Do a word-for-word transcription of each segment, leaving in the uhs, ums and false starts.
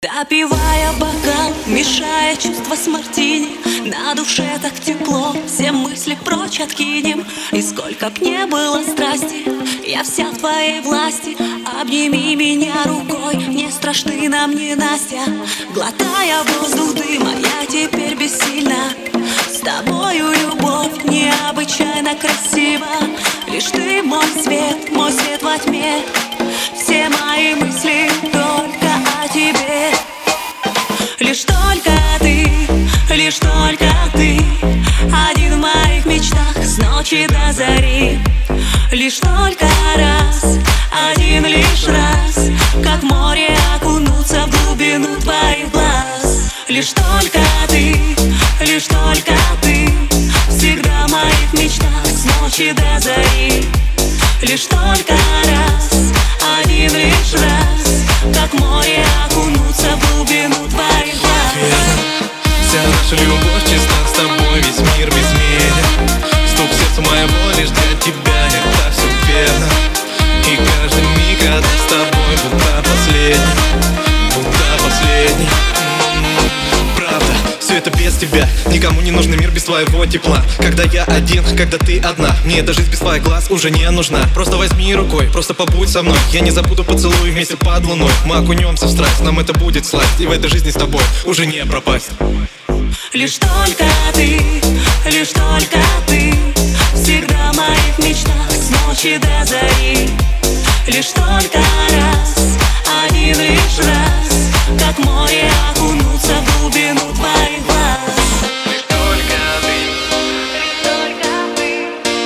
Допивая бокал, мешая чувства с мартини, на душе так тепло, все мысли прочь откинем. И сколько б не было страсти, я вся в твоей власти. Обними меня рукой, не страшны нам ненастья. Глотая воздух дыма, я теперь бессильна. С тобою любовь необычайно красива. Лишь ты мой свет, мой свет во тьме. Все мои мысли только о тебе. Лишь только ты, лишь только ты, один в моих мечтах с ночи до зари. Лишь только раз, один лишь раз, как море окунуться в глубину твоих глаз. Лишь только ты, лишь только ты, всегда в моих мечтах с ночи до зари. Лишь только раз, один лишь раз, как море окунуться в глубину твоих глаз. Вся наша любовь чиста, с тобой весь мир безмерен. Стук сердца моего лишь для тебя, это все верно. И каждый миг рядом с тобой будто последний, будто последний. Правда, все это без тебя. Никому не нужен мир без твоего тепла. Когда я один, когда ты одна, мне эта жизнь без твоих глаз уже не нужна. Просто возьми рукой, просто побудь со мной. Я не забуду поцелуй вместе под луной. Мы окунемся в страсть, нам это будет сласть. И в этой жизни с тобой уже не пропасть. Лишь только ты, лишь только ты, всегда в моих мечтах с ночи до зари. Лишь только раз, один лишь раз, как море окунуться в глубину твоих глаз. Лишь только ты, лишь только ты,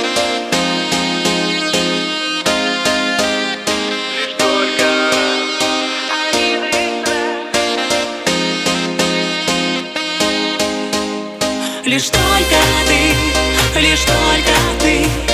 лишь только один лишь раз. Лишь только ты, лишь только ты,